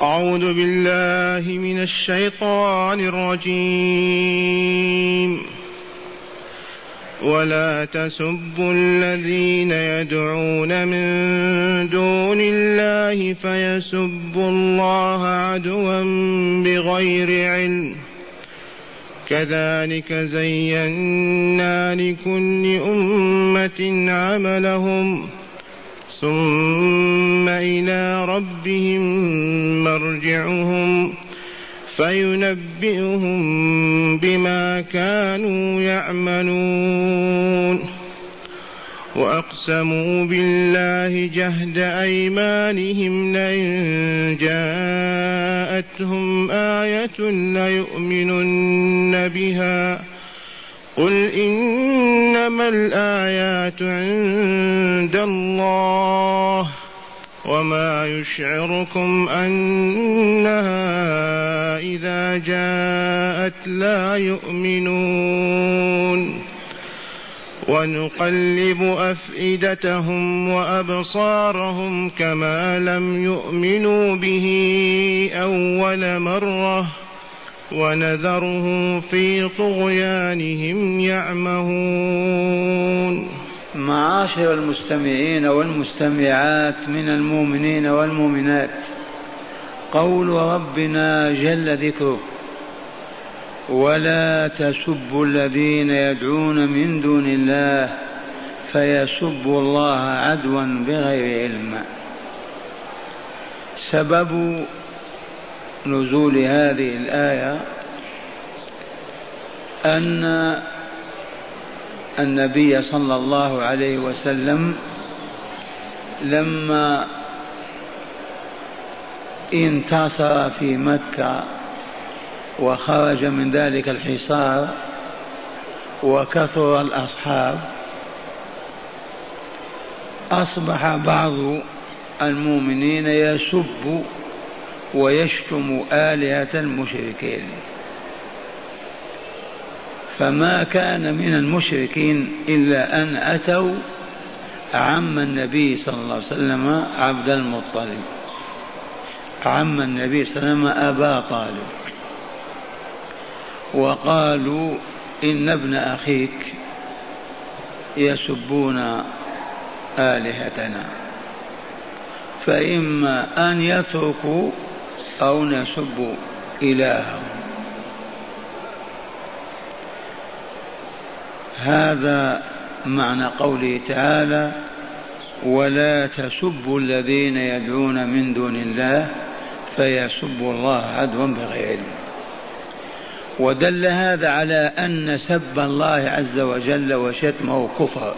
أعوذ بالله من الشيطان الرجيم. ولا تسبوا الذين يدعون من دون الله فيسبوا الله عدوا بغير علم، كذلك زينا لكل أمة عملهم ثم إلى ربهم مرجعهم فينبئهم بما كانوا يعملون. وأقسموا بالله جهد أيمانهم لئن جاءتهم آية ليؤمنن بها، قل إنما الآيات عند الله وما يشعركم أنها إذا جاءت لا يؤمنون. ونقلب أفئدتهم وأبصارهم كما لم يؤمنوا به أول مرة ونذرهم في طغيانهم يعمهون. معاشر المستمعين والمستمعات من المؤمنين والمؤمنات، قول ربنا جل ذكره: ولا تسبوا الذين يدعون من دون الله فيسبوا الله عدوا بغير علم. سبب نزول هذه الآية أن النبي صلى الله عليه وسلم لما انتصر في مكة وخرج من ذلك الحصار وكثر الأصحاب، أصبح بعض المؤمنين يسب ويشتم آلهة المشركين، فما كان من المشركين إلا أن أتوا عم النبي صلى الله عليه وسلم عبد المطلب، عم النبي صلى الله عليه وسلم أبا طالب، وقالوا إن ابن أخيك يسبون آلهتنا، فإما أن يتركوا أو نسب إلههم. هذا معنى قوله تعالى: ولا تسبوا الذين يدعون من دون الله فيسبوا الله عدوا بغير علم. ودل هذا على أن سب الله عز وجل وشتمه كفر،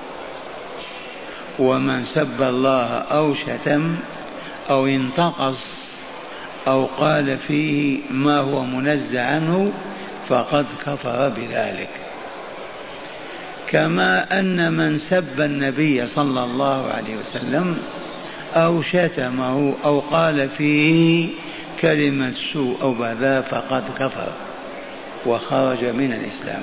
ومن سب الله أو شتم أو انتقص أو قال فيه ما هو منزه عنه فقد كفر بذلك. كما أن من سب النبي صلى الله عليه وسلم أو شتمه أو قال فيه كلمة سوء أو بذاء فقد كفر وخرج من الإسلام.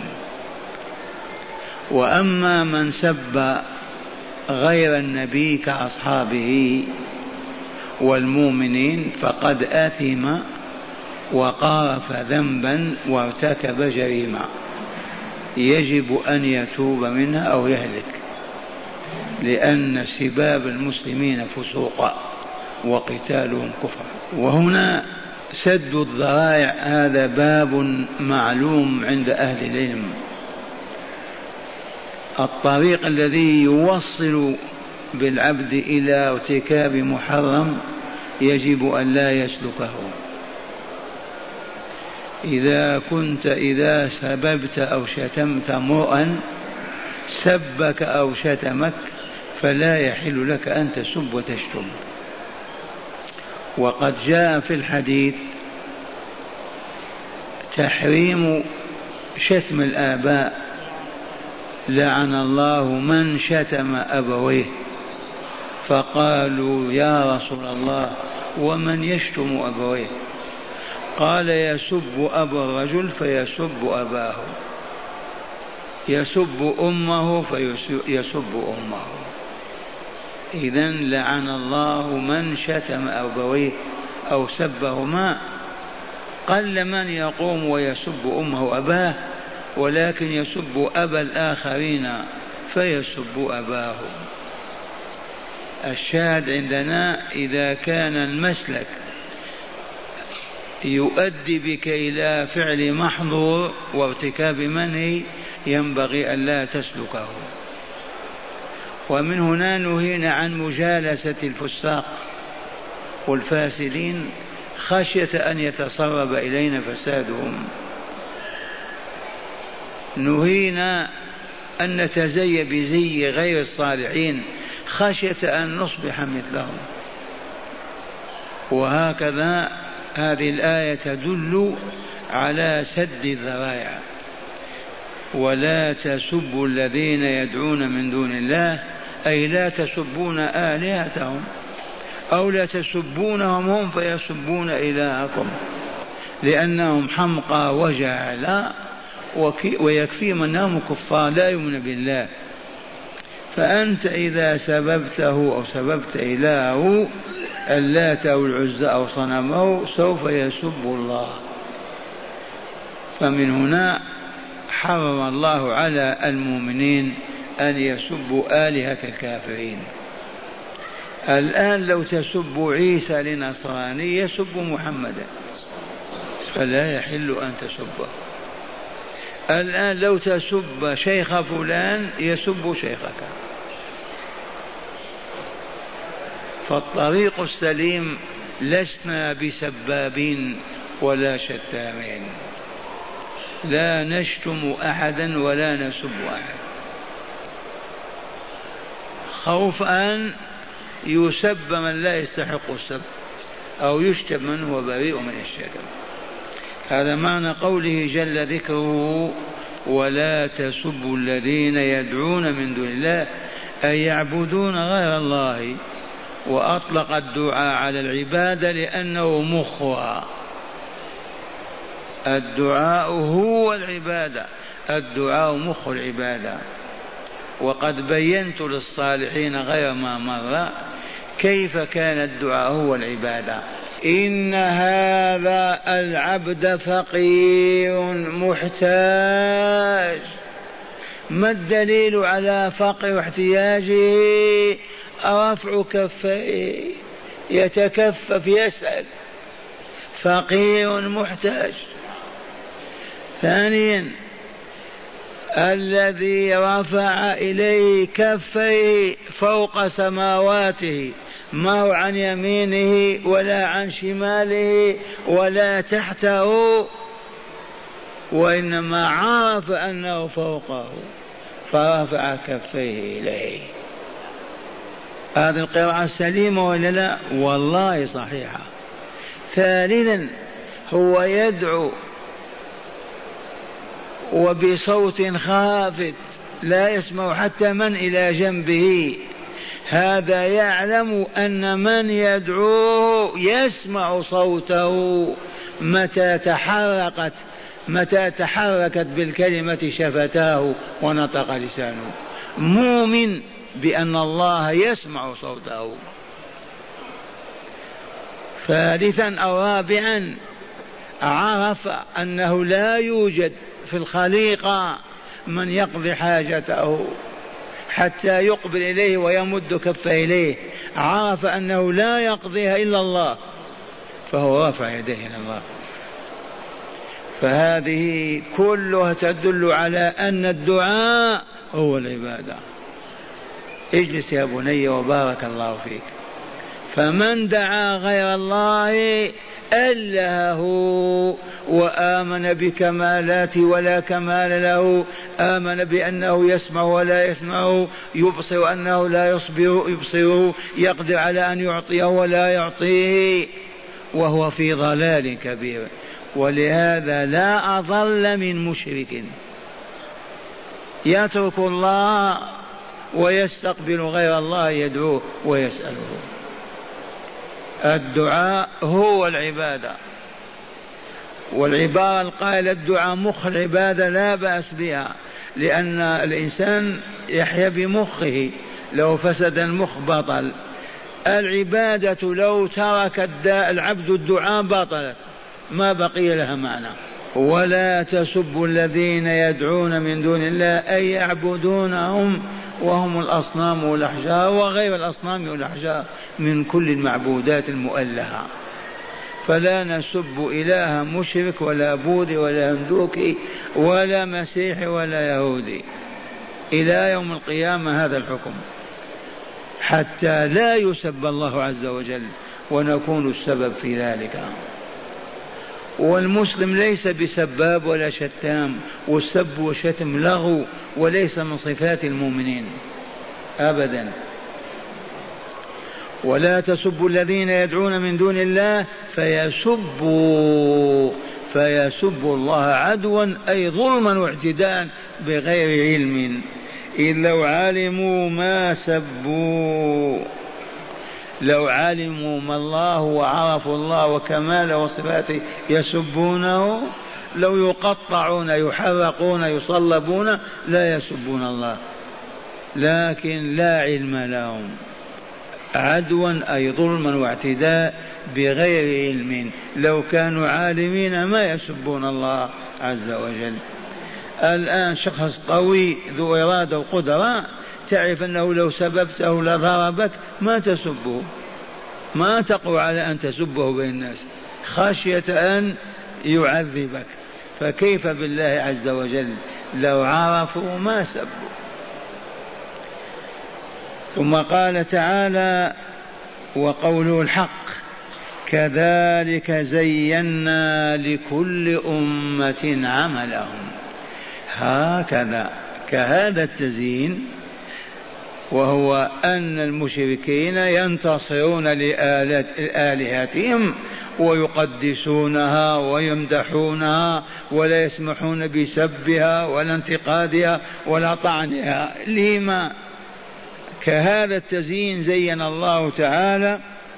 وأما من سب غير النبي كأصحابه والمؤمنين فقد آثم وقارف ذنبا وارتكب جريمة يجب أن يتوب منها أو يهلك، لأن سباب المسلمين فسوق وقتالهم كفر. وهنا سد الذرائع هذا باب معلوم عند أهل العلم، الطريق الذي يوصل بالعبد إلى ارتكاب محرم يجب أن لا يسلكه. إذا سببت أو شتمت امرؤا سبك أو شتمك فلا يحل لك أن تسب وتشتم. وقد جاء في الحديث تحريم شتم الآباء: لعن الله من شتم أبويه. فقالوا: يا رسول الله ومن يشتم أبويه؟ قال: يسب أبا الرجل فيسب أباه، يسب أمه فيسب أمه. إذن لعن الله من شتم أبويه أو سبهما، قل من يقوم ويسب أمه وأباه، ولكن يسب أبا الآخرين فيسب أباه. الشاهد عندنا إذا كان المسلك يؤدي بك إلى فعل محظور وارتكاب منهي ينبغي أن لا تسلكه. ومن هنا نهينا عن مجالسة الفساق والفاسدين خشية أن يتسرب إلينا فسادهم. نهينا أن نتزي بزي غير الصالحين خشية أن نصبح مثلهم. وهكذا هذه الآية تدل على سد الذرائع. ولا تسبوا الذين يدعون من دون الله، أي لا تسبون آلهتهم، أو لا تسبونهم هم فيسبون إلهكم، لأنهم حمقى وجهلا ويكفي منهم كفار لا يؤمن بالله. فأنت إذا سببته أو سببت إلهه اللات أو العزى أو صنمه سوف يسب الله. فمن هنا حرم الله على المؤمنين أن يسبوا آلهة الكافرين. الآن لو تسب عيسى لنصراني يسب محمدا فلا يحل أن تسبه. الآن لو تسب شيخ فلان يسب شيخك. فالطريق السليم لسنا بسبابين ولا شتامين، لا نشتم أحدا ولا نسب أحد، خوف أن يسب من لا يستحق السب أو يشتم من هو بريء من الشتم. هذا معنى قوله جل ذكره ولا تسبوا الذين يدعون من دون الله، أي يعبدون غير الله. وأطلق الدعاء على العبادة لأنه مخها. الدعاء هو العبادة، الدعاء مخ العبادة. وقد بينت للصالحين غير ما مر كيف كان الدعاء هو العبادة. إن هذا العبد فقير محتاج. ما الدليل على فقر واحتياجه؟ رفع كفيه يتكفف يسأل، فقير محتاج. ثانيا الذي رفع إليه كفيه فوق سماواته، ما هو عن يمينه ولا عن شماله ولا تحته، وإنما عرف أنه فوقه فرفع كفيه إليه. هذه القراءة سليمة ولا لا؟ والله صحيحة. ثالثا هو يدعو وبصوت خافت لا يسمع حتى من إلى جنبه، هذا يعلم أن من يدعوه يسمع صوته متى تحركت بالكلمة شفتاه ونطق لسانه، مؤمن بأن الله يسمع صوته. ثالثا أو رابعا عرف أنه لا يوجد في الخليقة من يقضي حاجته حتى يقبل إليه ويمد كفه إليه، عرف أنه لا يقضيها إلا الله فهو رفع يديه إلى الله. فهذه كلها تدل على أن الدعاء هو العبادة. اجلس يا بني وبارك الله فيك. فمن دعا غير الله ألهه وآمن بكمالاته ولا كمال له، آمن بأنه يسمع ولا يسمع، يبصر أنه لا يبصره، يقدر على أن يعطيه ولا يعطيه، وهو في ضلال كبير. ولهذا لا أضل من مشرك يترك الله ويستقبل غير الله يدعوه ويسأله. الدعاء هو العبادة. والعبارة القائلة الدعاء مخ العبادة لا بأس بها، لأن الإنسان يحيا بمخه، لو فسد المخ بطل. العبادة لو ترك العبد الدعاء بطلت، ما بقي لها معنى. ولا تسبوا الذين يدعون من دون الله أي يعبدونهم وهم الأصنام والأحجار وغير الأصنام والأحجار من كل المعبودات المؤلهة. فلا نسب إله مشرك ولا بوذي ولا هندوكي ولا مسيحي ولا يهودي إلى يوم القيامة. هذا الحكم حتى لا يسب الله عز وجل ونكون السبب في ذلك. والمسلم ليس بسباب ولا شتام، والسب والشتم لغو وليس من صفات المؤمنين أبدا. ولا تسبوا الذين يدعون من دون الله فيسبوا الله عدوا أي ظلما واعتداء بغير علم. إذ لو علموا ما سبوا، لو علموا ما الله وعرفوا الله وكمال وصفاته يسبونه، لو يقطعون يحرقون يصلبون لا يسبون الله، لكن لا علم لهم. عدوا أي ظلما واعتداء بغير علم، لو كانوا عالمين ما يسبون الله عز وجل. الآن شخص قوي ذو إرادة وقدرة تعرف أنه لو سببته لضربك ما تسبه، ما تقوى على أن تسبه بين الناس خشية أن يعذبك، فكيف بالله عز وجل لو عرفوا ما سبوا. ثم قال تعالى وقوله الحق كذلك زينا لكل أمة عملهم. هكذا كهذا التزيين، وهو أن المشركين ينتصرون لآلهتهم ويقدسونها ويمدحونها ولا يسمحون بسبها ولا انتقادها ولا طعنها. لما؟ كهذا التزيين زين الله تعالى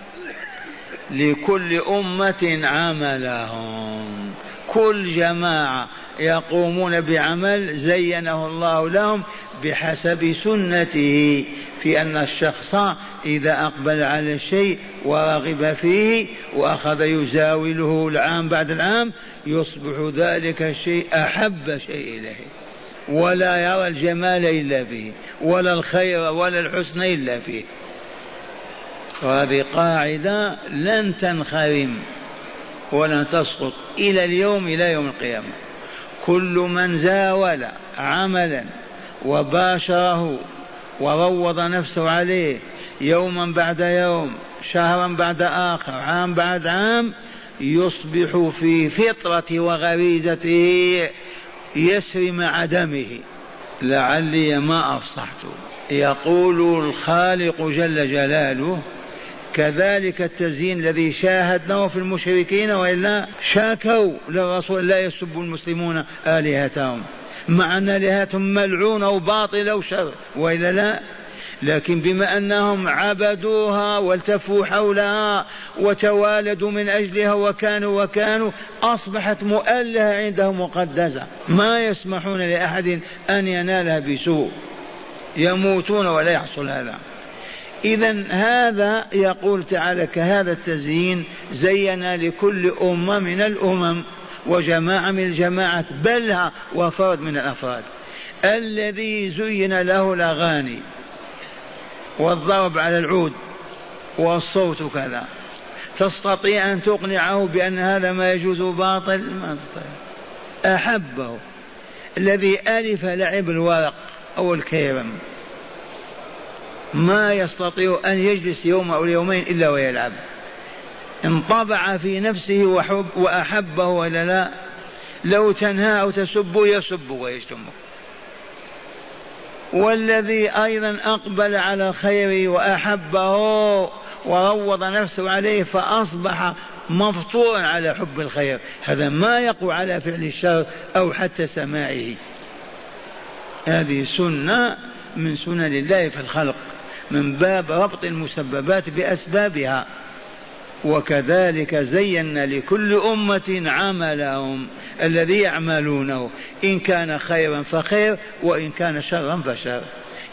لكل أمة عملهم. كل جماعة يقومون بعمل زينه الله لهم بحسب سنته، في أن الشخص إذا أقبل على الشيء ورغب فيه وأخذ يزاوله العام بعد العام يصبح ذلك الشيء أحب شيء إليه، ولا يرى الجمال إلا فيه ولا الخير ولا الحسن إلا فيه. وهذه قاعدة لن تنخرم ولن تسقط إلى اليوم، إلى يوم القيامة. كل من زاول عملا وباشره وروض نفسه عليه يوما بعد يوم، شهرا بعد آخر، عام بعد عام، يصبح في فطرة وغريزته يسري مع دمه. لعلي ما أفصحت. يقول الخالق جل جلاله كذلك التزيين الذي شاهدناه في المشركين، وإلا شاكوا للرسول لا يسب المسلمون آلهتهم، مع أن آلهتهم ملعونة وباطلة وشر، وإلا لا. لكن بما أنهم عبدوها والتفوا حولها وتوالدوا من أجلها وكانوا أصبحت مؤلهة عندهم مقدسة، ما يسمحون لأحد أن ينالها بسوء، يموتون ولا يحصل هذا. إذن هذا يقول تعالى كهذا التزيين زينا لكل أمة من الأمم وجماعة من الجماعات بلها وفرد من الأفراد. الذي زين له الأغاني والضرب على العود والصوت كذا، تستطيع أن تقنعه بأن هذا ما يجوز باطل؟ ما تستطيع. أحبه. الذي ألف لعب الورق أو الكيرم ما يستطيع أن يجلس يوم أو يومين إلا ويلعب. انطبع في نفسه وأحبه ولا لا؟ لو تنهى أو تسبه يسب ويشتمه. والذي أيضا أقبل على الخير وأحبه وروض نفسه عليه فأصبح مفطورا على حب الخير، هذا ما يقوى على فعل الشر أو حتى سماعه. هذه سنة من سنن الله في الخلق من باب ربط المسببات بأسبابها. وكذلك زينا لكل أمة عملهم الذي يعملونه، إن كان خيرا فخير وإن كان شرا فشر.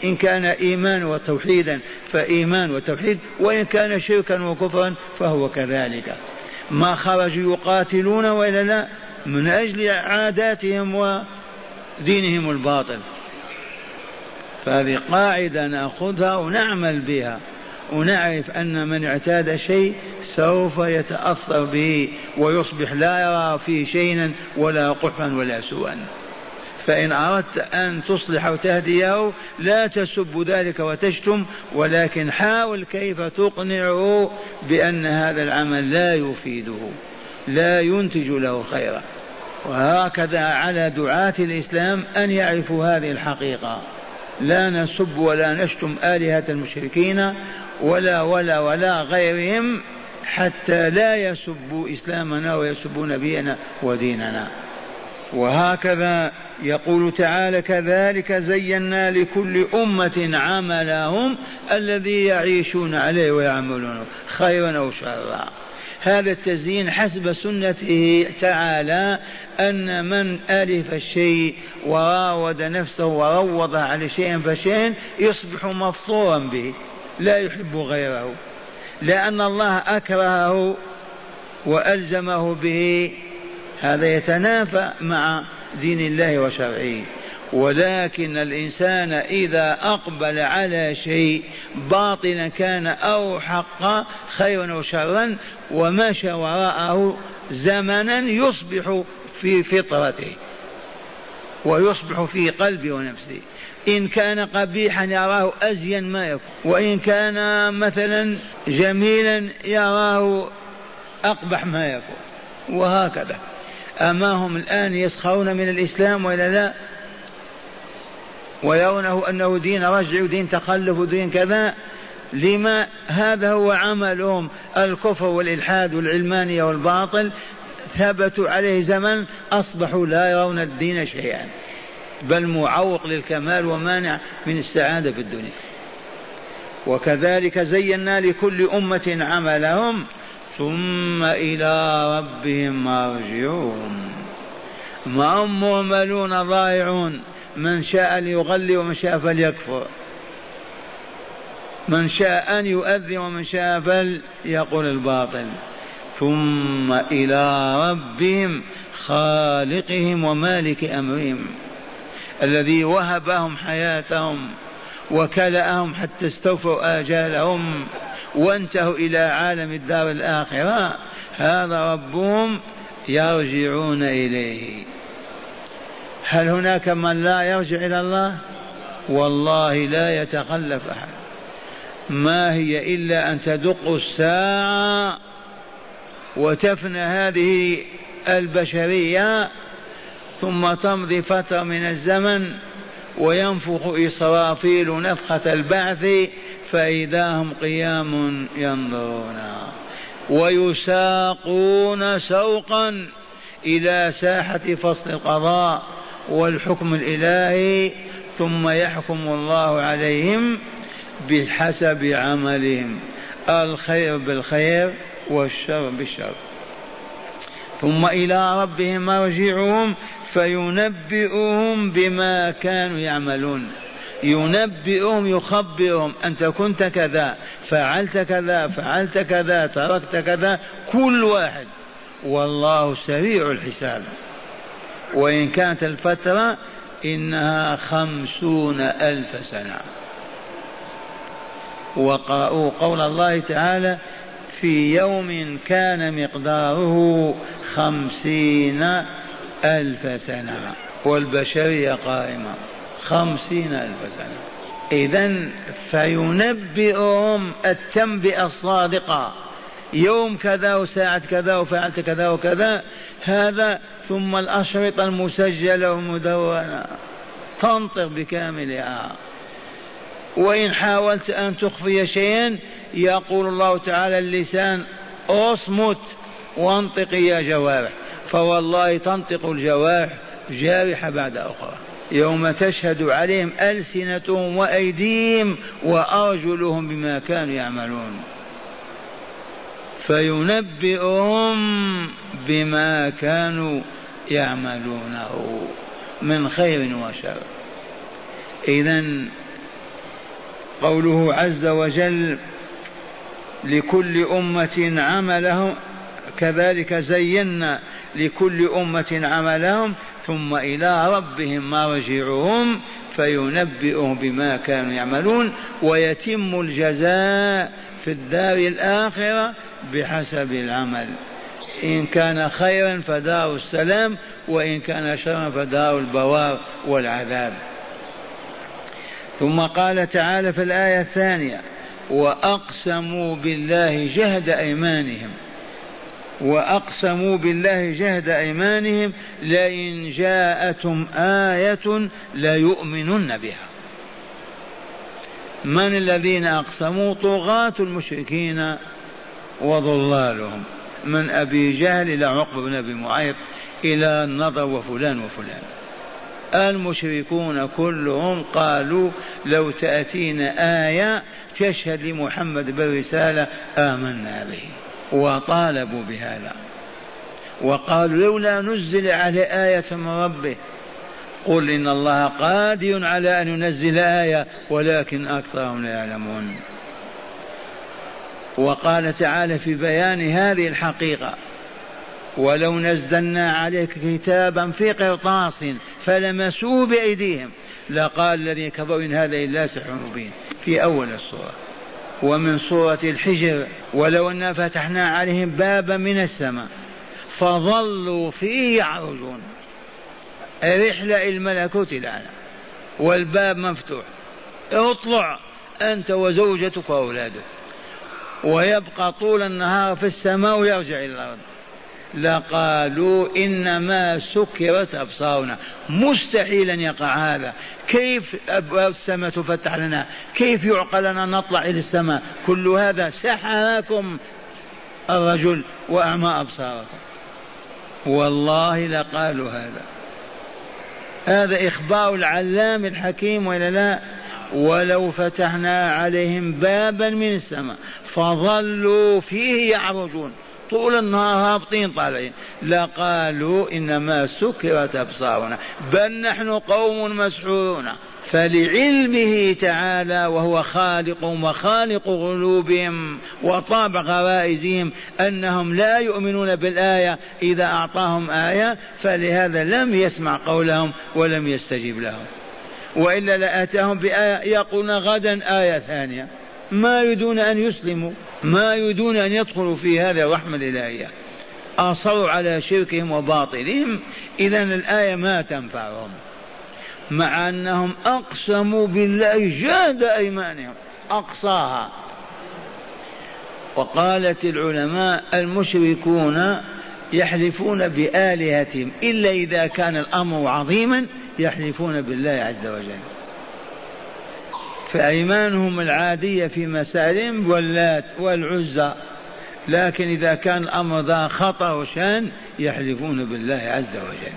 إن كان إيمان وتوحيدا فإيمان وتوحيد، وإن كان شركا وكفرا فهو كذلك. ما خرجوا يقاتلون وإلا لا من أجل عاداتهم ودينهم الباطل. فهذه قاعدة نأخذها ونعمل بها، ونعرف أن من اعتاد شيء سوف يتأثر به ويصبح لا يرى فيه شيئا ولا قحا ولا سوءا. فإن أردت أن تصلح وتهديه لا تسب ذلك وتشتم، ولكن حاول كيف تقنعه بأن هذا العمل لا يفيده لا ينتج له خيرا. وهكذا على دعاة الإسلام أن يعرفوا هذه الحقيقة، لا نسب ولا نشتم آلهة المشركين ولا غيرهم حتى لا يسبوا إسلامنا ويسبوا نبينا وديننا. وهكذا يقول تعالى: كذلك زينا لكل أمة عملهم الذي يعيشون عليه ويعملونه خيرا أو شرا. هذا التزيين حسب سنته تعالى، أن من ألف الشيء وراود نفسه وروض على شيء فشيء يصبح مفطورا به لا يحب غيره، لأن الله أكرهه وألزمه به. هذا يتنافى مع دين الله وشرعه. ولكن الإنسان إذا أقبل على شيء باطلا كان أو حقا خيرا أو شرا ومشى وراءه زمنا يصبح في فطرته ويصبح في قلبه ونفسه. إن كان قبيحا يراه أزين ما يكون، وإن كان مثلا جميلا يراه أقبح ما يكون، وهكذا. أما هم الآن يسخرون من الإسلام ولا لا، ويرونه أنه دين رجع ودين تخلف ودين كذا. لما؟ هذا هو عملهم، الكفر والإلحاد والعلمانية والباطل ثبتوا عليه زمن أصبحوا لا يرون الدين شيئا، بل معوق للكمال ومانع من السعادة في الدنيا. وكذلك زينا لكل أمة عملهم ثم إلى ربهم مرجعهم. ما هم مهملون ضائعون، من شاء ليغلي ومن شاء فليكفر، من شاء أن يؤذي ومن شاء فليقول الباطل. ثم إلى ربهم خالقهم ومالك أمرهم الذي وهبهم حياتهم وكلأهم حتى استوفوا آجالهم وانتهوا إلى عالم الدار الآخرة. هذا ربهم يرجعون إليه. هل هناك من لا يرجع إلى الله؟ والله لا يتخلف أحد. ما هي إلا أن تدق الساعة وتفنى هذه البشرية، ثم تمضي فترة من الزمن وينفخ إسرافيل نفخة البعث فإذا هم قيام ينظرون، ويساقون سوقا إلى ساحة فصل القضاء والحكم الإلهي، ثم يحكم الله عليهم بحسب عملهم، الخير بالخير والشر بالشر. ثم إلى ربهم مرجعهم فينبئهم بما كانوا يعملون. ينبئهم يخبرهم: أنت كنت كذا، فعلت كذا، فعلت كذا، تركت كذا، كل واحد. والله سريع الحساب. وإن كانت الفترة إنها 50,000 سنة. وقرأوا قول الله تعالى: في يوم كان مقداره 50,000 سنة، والبشرية قائمة 50,000 سنة. إذن فينبئهم التنبئة الصادقة: يوم كذا وساعة كذا وفعلت كذا وكذا. هذا ثم الأشرطة المسجلة والمدونة تنطق بكاملها. وإن حاولت أن تخفي شيئا يقول الله تعالى: اللسان اصمت وانطق يا جوارح. فوالله تنطق الجوارح جارحة بعد أخرى يوم تشهد عليهم ألسنتهم وأيديهم وأرجلهم بما كانوا يعملون. فينبئهم بما كانوا يعملونه من خير وشر. إذن قوله عز وجل لكل أمة عملهم كذلك زينا لكل أمة عملهم ثم إلى ربهم مرجعهم فينبئهم بما كانوا يعملون ويتم الجزاء في الدار الآخرة بحسب العمل، إن كان خيرا فدار السلام وإن كان شرا فدار البوار والعذاب. ثم قال تعالى في الآية الثانية وأقسموا بالله جهد أيمانهم لئن جاءتهم آية ليؤمنن بها. من الذين أقسموا؟ طغاة المشركين وضلالهم، من أبي جهل إلى عقبة بن أبي معيط إلى النضر وفلان وفلان. المشركون كلهم قالوا لو تأتينا آية تشهد لمحمد بالرسالة آمنا به، وطالبوا بهذا وقالوا لولا نزل على آية من ربه قل إن الله قادر على أن ينزل آية ولكن أكثرهم لا يعلمون. وقال تعالى في بيان هذه الحقيقة ولو نزلنا عليك كتابا في قرطاس فلمسوه بأيديهم لقال الذين كفروا إن هذا إلا سحر مبين في أول السورة. ومن سورة الحجر ولو أننا فتحنا عليهم بابا من السماء فظلوا فيه يعرجون، رحلة الملكوت الآن والباب مفتوح، اطلع أنت وزوجتك وأولادك، ويبقى طول النهار في السماء ويرجع إلى الأرض، لقالوا إنما سكرت أبصارنا. مستحيل أن يقع هذا، كيف أبواب السماء تفتح لنا؟ كيف يعقل لنا نطلع إلى السماء؟ كل هذا سحركم الرجل وأعمى أبصاركم. والله لقالوا هذا إخبار العلام الحكيم ولا لا؟ ولو فتحنا عليهم بابا من السماء فظلوا فيه يعرجون طول النهار هابطين طالعين لقالوا إنما سكرت أبصارنا بل نحن قوم مسحورون. فلعلمه تعالى وهو خالقهم وخالق قلوبهم وطابع غرائزهم أنهم لا يؤمنون بالآية إذا أعطاهم آية، فلهذا لم يسمع قولهم ولم يستجيب لهم، وإلا لأتاهم بآية يقولون غدا آية ثانية. ما يريدون أن يسلموا، ما يريدون أن يدخلوا في هذه الرحمة الإلهية، أصروا على شركهم وباطلهم، إذن الآية ما تنفعهم مع أنهم أقسموا بالله جهد أيمانهم أقصاها. وقالت العلماء المشركون يحلفون بآلهتهم إلا إذا كان الأمر عظيما يحلفون بالله عز وجل، فأيمانهم العادية في مسائلهم واللات والعزى، لكن إذا كان الأمر ذا خطر وشان يحلفون بالله عز وجل.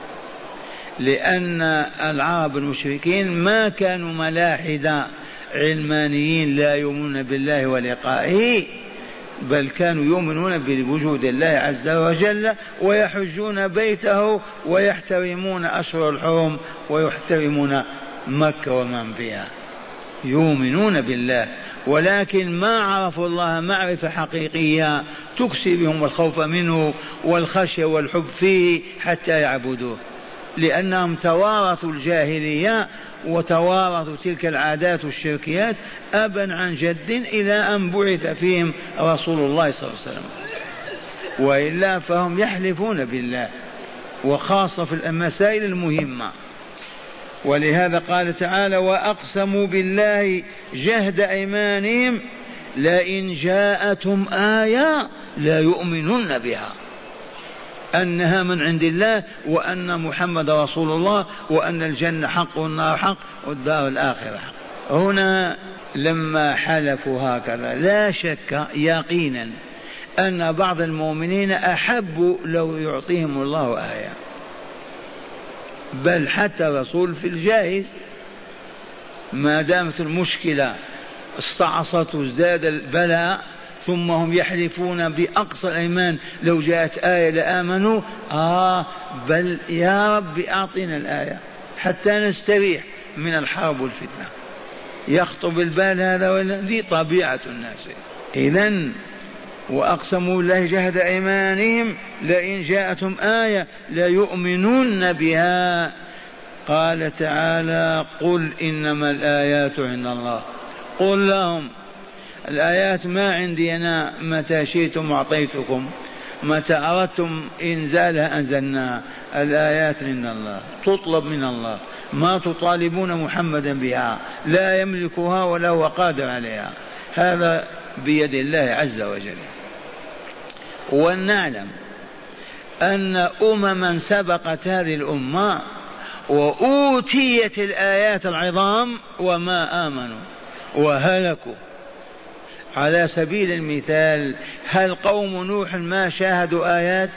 لأن العرب المشركين ما كانوا ملاحدة علمانيين لا يؤمنون بالله ولقائه، بل كانوا يؤمنون بوجود الله عز وجل ويحجون بيته ويحترمون أشهر الحرم ويحترمون مكة ومن فيها، يؤمنون بالله، ولكن ما عرفوا الله معرفة حقيقية تكسي بهم الخوف منه والخشية والحب فيه حتى يعبدوه، لأنهم توارثوا الجاهلية وتوارثوا تلك العادات والشركيات أبا عن جد إلى أن بعث فيهم رسول الله صلى الله عليه وسلم، وإلا فهم يحلفون بالله وخاصة في المسائل المهمة. ولهذا قال تعالى وأقسموا بالله جهد أيمانهم لئن جاءتهم آية لا يؤمنون بها، أنها من عند الله وأن محمد رسول الله وأن الجنة حق والنار حق والدار الآخرة حق. هنا لما حلفوا هكذا لا شك يقينا أن بعض المؤمنين أحبوا لو يعطيهم الله آية، بل حتى الرسول في الجائز ما دامت المشكلة استعصت وزاد البلاء ثم هم يحلفون بأقصى الأيمان لو جاءت آية لآمنوا بل يا رب أعطنا الآية حتى نستريح من الحرب والفتنة. يخطب البال هذا ولا دي طبيعة الناس. إذن وأقسموا بالله جهد أيمانهم لئن جاءتهم آية ليؤمنون بها. قال تعالى قل إنما الآيات عند الله. قل لهم الآيات ما عندي أنا، متى شئتم أعطيتكم، متى أردتم إنزالها أنزلناها. الآيات عند الله تطلب من الله، ما تطالبون محمدا بها، لا يملكها ولا هو قادر عليها، هذا بيد الله عز وجل. ونعلم أن أمما سبقت هذه الأمة وأوتيت الآيات العظام وما آمنوا وهلكوا. على سبيل المثال، هل قوم نوح ما شاهدوا آيات؟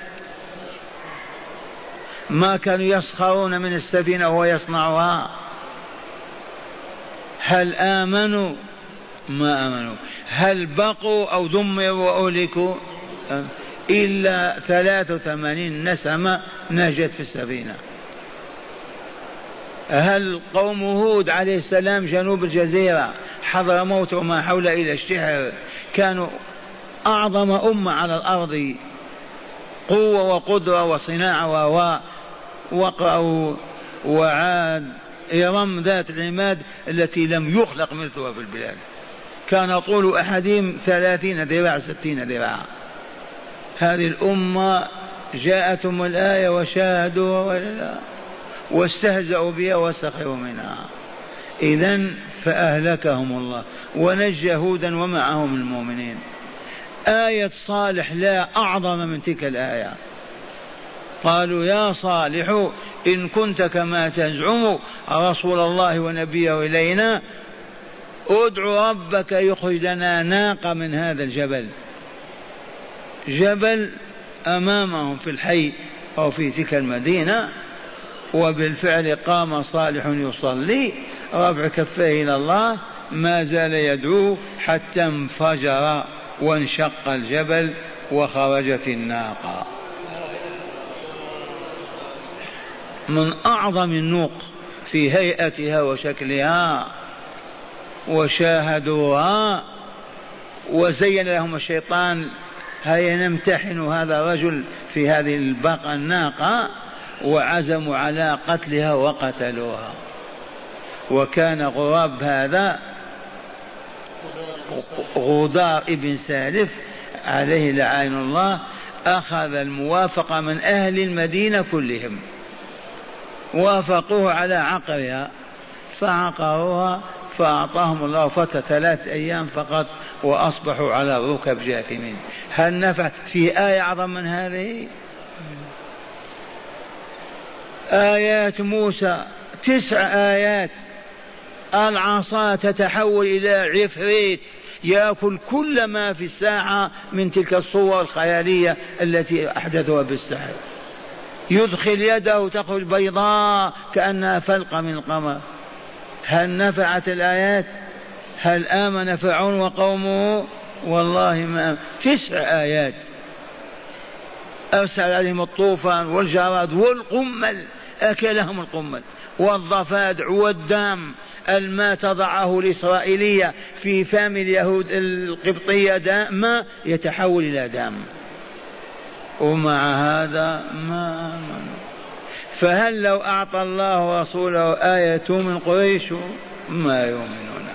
ما كانوا يسخرون من السفينة وهو يصنعها؟ هل آمنوا؟ ما آمنوا. هل بقوا أو دمروا وأهلكوا؟ إلا 83 نسمة نجت في السفينة. هل قوم هود عليه السلام جنوب الجزيرة حضرموت وما حول إلى الشحر كانوا أعظم أمة على الأرض، قوة وقدرة وصناعة وقعوا وعاد إرم ذات العماد التي لم يخلق مثلها في البلاد، كان طول أحدهم 30 ذراع 60 ذراع. هذه الأمة جاءتهم الآية وشاهدوا واستهزأوا بها وسخروا منها. إذن فأهلكهم الله ونجى هودا ومعهم المؤمنين. آية صالح لا أعظم من تلك الآية. قالوا يا صالح إن كنت كما تزعم رسول الله ونبيه إلينا ادع ربك يخرج لنا ناقة من هذا الجبل. جبل أمامهم في الحي أو في تلك المدينة، وبالفعل قام صالح يصلي رفع كفيه إلى الله، ما زال يدعو حتى انفجر وانشق الجبل وخرجت الناقة. من أعظم النوق في هيئتها وشكلها، وشاهدوها وزين لهم الشيطان هيا نمتحن هذا الرجل في هذه البقرة الناقة، وعزموا على قتلها وقتلوها. وكان غراب هذا غدار ابن سالف عليه لعين الله أخذ الموافقة من أهل المدينة كلهم، وافقوه على عقرها فعقروها، فأعطاهم الله فترة 3 أيام فقط وأصبحوا على ركب جاثمين. هل نفع في آية أعظم من هذه؟ آيات موسى 9 آيات، العصا تتحول إلى عفريت يأكل كل ما في الساعة من تلك الصور الخيالية التي أحدثوها بالسحر، يدخل يده تخرج بيضاء كأنها فلقة من القمر. هل نفعت الآيات؟ هل آمن فرعون وقومه؟ والله ما. 9 آيات أرسل عليهم الطوفان والجراد والقمل، أكلهم القمل والضفادع والدم. الماء تضعه الإسرائيلية في فم اليهود القبطية دم يتحول إلى دم، ومع هذا ما آمنوا. فهل لو أعطى الله رسوله آية من قريش ما يؤمنون.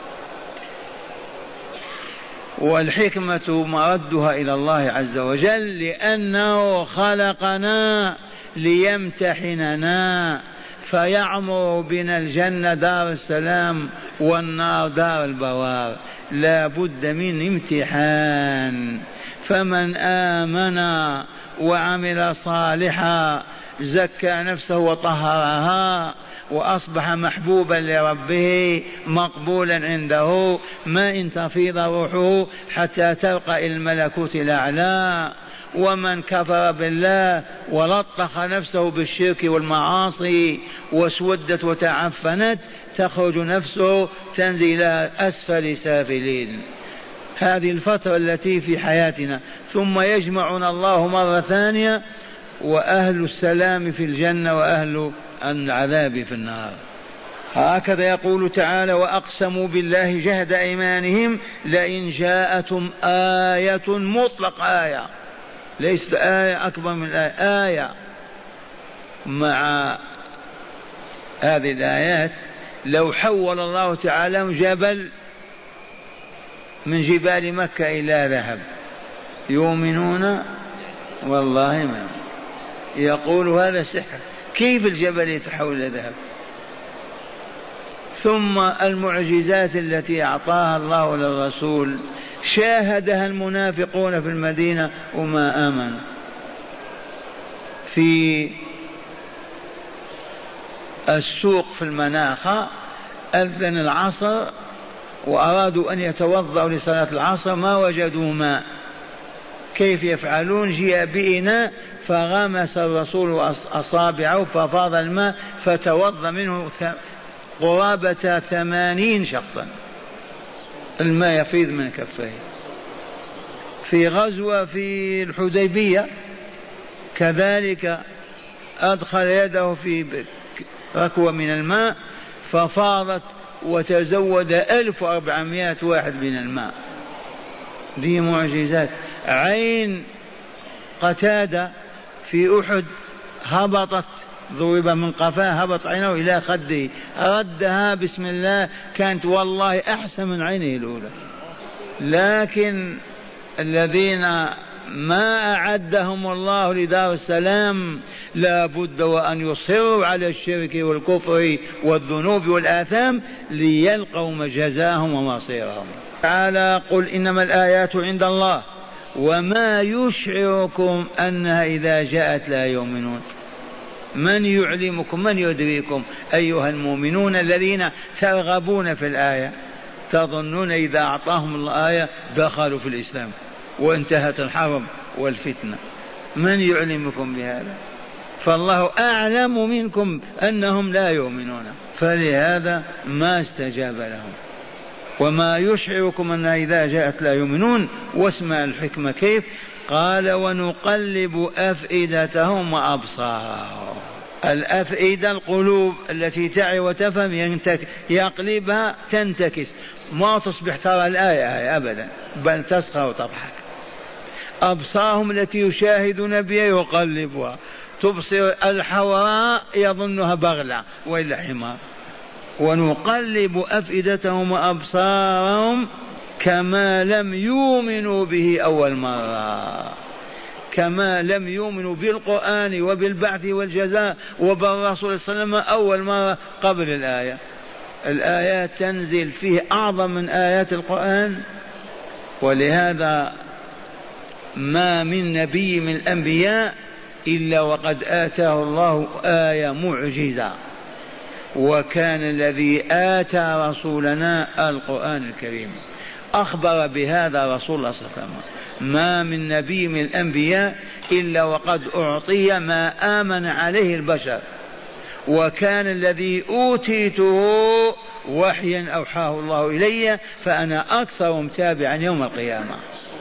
والحكمة مردها إلى الله عز وجل، لأنه خلقنا ليمتحننا، فيعمر بنا الجنة دار السلام والنار دار البوار، لا بد من امتحان. فمن آمن وعمل صالحا زكى نفسه وطهرها وأصبح محبوبا لربه مقبولا عنده، ما إن تفيض روحه حتى ترقى إلى الملكوت الأعلى. ومن كفر بالله ولطخ نفسه بالشرك والمعاصي واسودت وتعفنت تخرج نفسه تنزل إلى أسفل سافلين. هذه الفترة التي في حياتنا، ثم يجمعنا الله مرة ثانية، وأهل السلام في الجنة وأهل العذاب في النار. هكذا يقول تعالى: وأقسموا بالله جهد أيمانهم لئن جاءتهم آية، مطلق آية، ليست آية أكبر من الآية، آية مع هذه الآيات لو حول الله تعالى جبل من جبال مكة إلى ذهب يؤمنون؟ والله ما يقول هذا سحر، كيف الجبل يتحول إلى ذهب؟ ثم المعجزات التي أعطاها الله للرسول شاهدها المنافقون في المدينة وما آمنوا. في السوق في المناخة أذن العصر وأرادوا أن يتوضأوا لصلاة العصر، ما وجدوا ماء، كيف يفعلون؟ جاء بإناء فغمس الرسول أصابعه ففاض الماء فتوضأ منه قرابة 80 شخصا، الماء يفيض من كفيه. في غزوة في الحديبية كذلك أدخل يده في ركوة من الماء ففاضت وتزود 1400 واحد من الماء. دي معجزات. عين قتادة في أحد هبطت، ضرب من قفاه، هبط عينه إلى خده، ردها بسم الله، كانت والله أحسن من عينه الأولى. لكن الذين ما أعدهم الله لدار السلام لا بد وأن يصروا على الشرك والكفر والذنوب والآثام ليلقوا جزاهم ومصيرهم. تعالى: قل إنما الآيات عند الله وما يشعركم أنها إذا جاءت لا يؤمنون. من يعلمكم، من يدريكم أيها المؤمنون الذين ترغبون في الآية، تظنون إذا أعطاهم الآية دخلوا في الإسلام وانتهت الحرب والفتنة؟ من يعلمكم بهذا؟ فالله أعلم منكم أنهم لا يؤمنون، فلهذا ما استجاب لهم. وما يشعركم أن إذا جاءت لا يؤمنون. واسمع الحكمة كيف قال: ونقلب أفئدتهم وأبصارهم. الأفئدة القلوب التي تعي وتفهم، يقلبها تنتكس، ما تصبح ترى الآية أبدا، بل تسخر وتضحك. أبصارهم التي يشاهدون بها يقلبها، تبصر الحوراء يظنها بغلة وإلا حمار. ونقلب أفئدتهم وأبصارهم كما لم يؤمنوا به أول مرة، كما لم يؤمنوا بالقرآن وبالبعث والجزاء وبالرسول صلى الله عليه وسلم أول مرة قبل الآية. الآيات تنزل فيه أعظم من آيات القرآن. ولهذا ما من نبي من الأنبياء إلا وقد آتاه الله آية معجزة، وكان الذي آتى رسولنا القرآن الكريم. أخبر بهذا رسول الله صلى الله عليه وسلم: ما من نبي من الأنبياء إلا وقد أعطي ما آمن عليه البشر، وكان الذي أوتيته وحيا أوحاه الله إلي، فأنا أكثر متابعا يوم القيامة.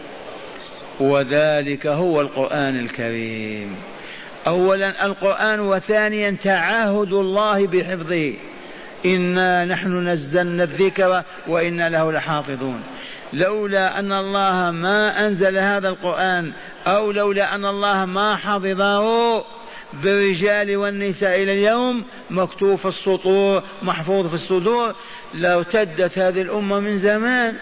وذلك هو القرآن الكريم. أولا القرآن، وثانيا تعاهد الله بحفظه: إنا نحن نزلنا الذكر وإنا له لحافظون. لولا أن الله ما أنزل هذا القرآن، أو لولا أن الله ما حفظه بالرجال والنساء إلى اليوم، مكتوب في السطور، محفوظ في الصدور، لارتدت هذه الأمة من زمان.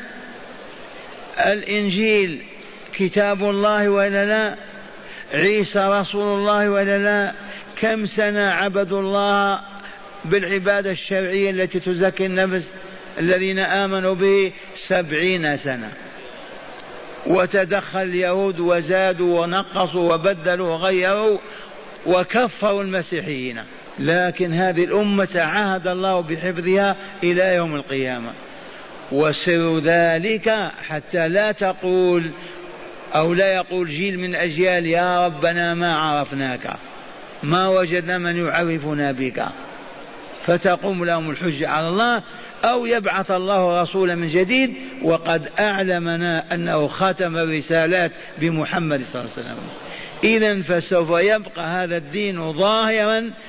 الإنجيل كتاب الله وإلا لا؟ عيسى رسول الله وإلا لا؟ كم سنة عبدوا الله بالعبادة الشرعية التي تزكي النفس الذين آمنوا به؟ 70 سنة. وتدخل اليهود وزادوا ونقصوا وبدلوا وغيروا وكفروا المسيحيين، لكن هذه الأمة عهد الله بحفظها إلى يوم القيامة. وسر ذلك حتى لا تقول أو لا يقول جيل من أجيال: يا ربنا ما عرفناك، ما وجدنا من يعرفنا بك، فتقوم لهم الحجة على الله، أو يبعث الله رسولا من جديد. وقد أعلمنا أنه ختم الرسالات بمحمد صلى الله عليه وسلم. إذن فسوف يبقى هذا الدين ظاهرا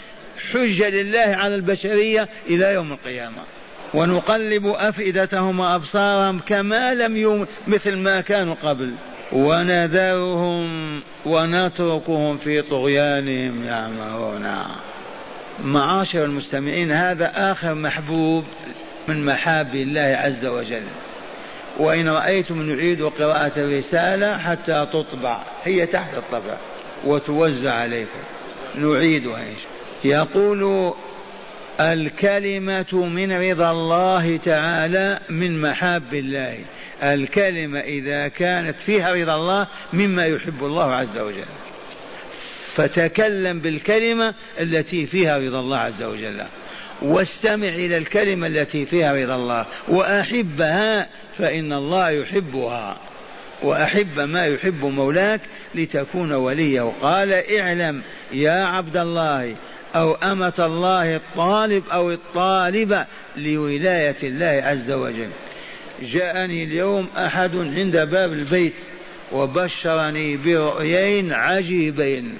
حجة لله على البشرية إلى يوم القيامة. ونقلب أفئدتهم وأبصارهم كما لم مثل ما كانوا قبل ونذرهم ونتركهم في طغيانهم يعمهون. معاشر المستمعين، هذا آخر محبوب من محاب الله عز وجل. وإن رأيتم نعيد قراءة الرسالة حتى تطبع، هي تحت الطبع وتوزع عليكم، نعيدها. يقول الكلمة من رضا الله تعالى من محاب الله. الكلمة إذا كانت فيها رضا الله مما يحب الله عز وجل، فتكلم بالكلمة التي فيها رضا الله عز وجل، واستمع إلى الكلمة التي فيها رضا الله، وأحبها فإن الله يحبها، وأحب ما يحب مولاك لتكون وليه. قال اعلم يا عبد الله أو أمة الله الطالب أو الطالبة لولاية الله عز وجل. جاءني اليوم أحد عند باب البيت وبشرني برؤيين عجيبين،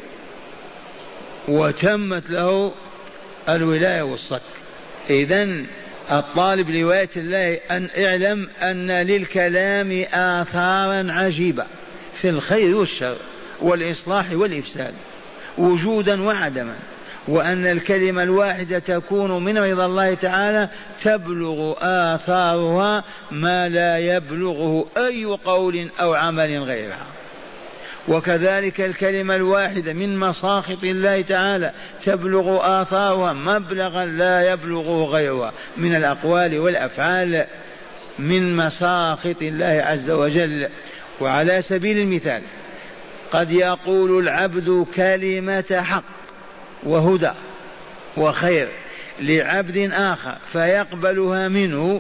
وتمت له الولاية والصك. إذن الطالب لولاية الله أن اعلم أن للكلام آثارا عجيبة في الخير والشر والإصلاح والإفساد وجودا وعدما، وأن الكلمة الواحدة تكون من رضا الله تعالى تبلغ آثارها ما لا يبلغه أي قول أو عمل غيرها. وكذلك الكلمة الواحدة من مساخط الله تعالى تبلغ آثارها مبلغا لا يبلغه غيرها من الأقوال والأفعال من مساخط الله عز وجل. وعلى سبيل المثال قد يقول العبد كلمة حق وهدى وخير لعبد آخر فيقبلها منه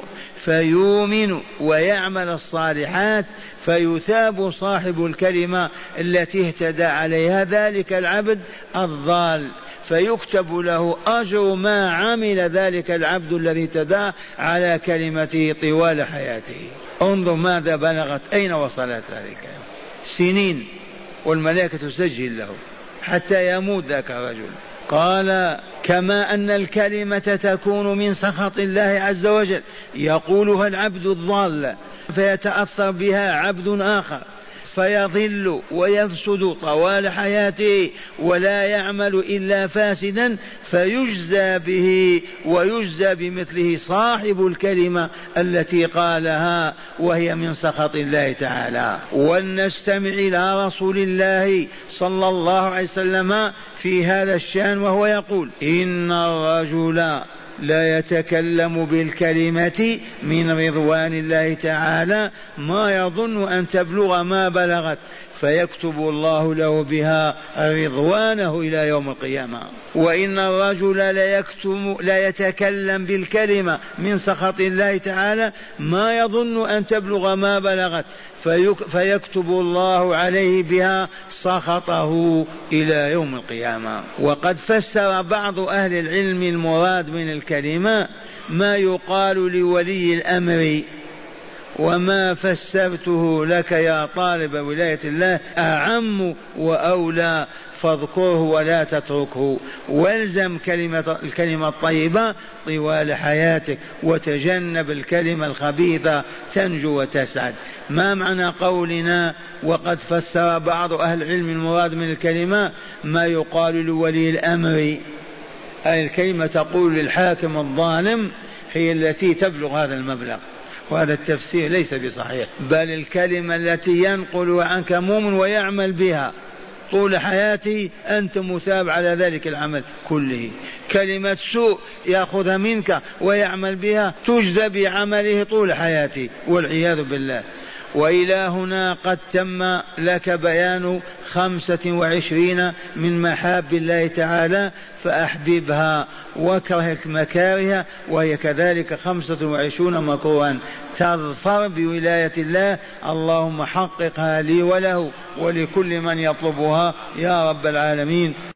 فيؤمن ويعمل الصالحات فيثاب صاحب الكلمة التي اهتدى عليها ذلك العبد الضال، فيكتب له أجر ما عمل ذلك العبد الذي اهتدى على كلمته طوال حياته. انظر ماذا بلغت، أين وصلت ذلك سنين، والملائكة تسجل له حتى يموت ذاك الرجل. قال كما أن الكلمة تكون من سخط الله عز وجل يقولها العبد الضال فيتأثر بها عبد آخر فيضل ويفسد طوال حياته ولا يعمل إلا فاسدا، فيجزى به ويجزى بمثله صاحب الكلمة التي قالها وهي من سخط الله تعالى. ولنستمع إلى رسول الله صلى الله عليه وسلم في هذا الشأن وهو يقول إن الرجل لا يتكلم بالكلمة من رضوان الله تعالى ما يظن أن تبلغ ما بلغت فيكتب الله له بها رضوانه إلى يوم القيامة. وإن الرجل لا يتكلم بالكلمة من سخط الله تعالى ما يظن أن تبلغ ما بلغت فيكتب الله عليه بها سخطه إلى يوم القيامة. وقد فسر بعض أهل العلم المراد من الكلمة ما يقال لولي الأمر، وما فسرته لك يا طالب ولاية الله أعم وأولى، فاذكره ولا تتركه، والزم الكلمة الطيبة طوال حياتك وتجنب الكلمة الخبيثة تنجو وتسعد. ما معنى قولنا وقد فسر بعض أهل العلم المراد من الكلمة ما يقال لولي الأمر؟ أي الكلمة تقول للحاكم الظالم هي التي تبلغ هذا المبلغ، وهذا التفسير ليس بصحيح، بل الكلمة التي ينقل عنك مؤمن ويعمل بها طول حياته أنت مثاب على ذلك العمل كله. كلمة سوء يأخذها منك ويعمل بها تجزى بعمله طول حياته والعياذ بالله. وإلى هنا قد تم لك بيان 25 من محاب الله تعالى، فأحببها واكره المكاره، وهي كذلك 25 مكروها تظفر بولاية الله. اللهم حققها لي وله ولكل من يطلبها يا رب العالمين.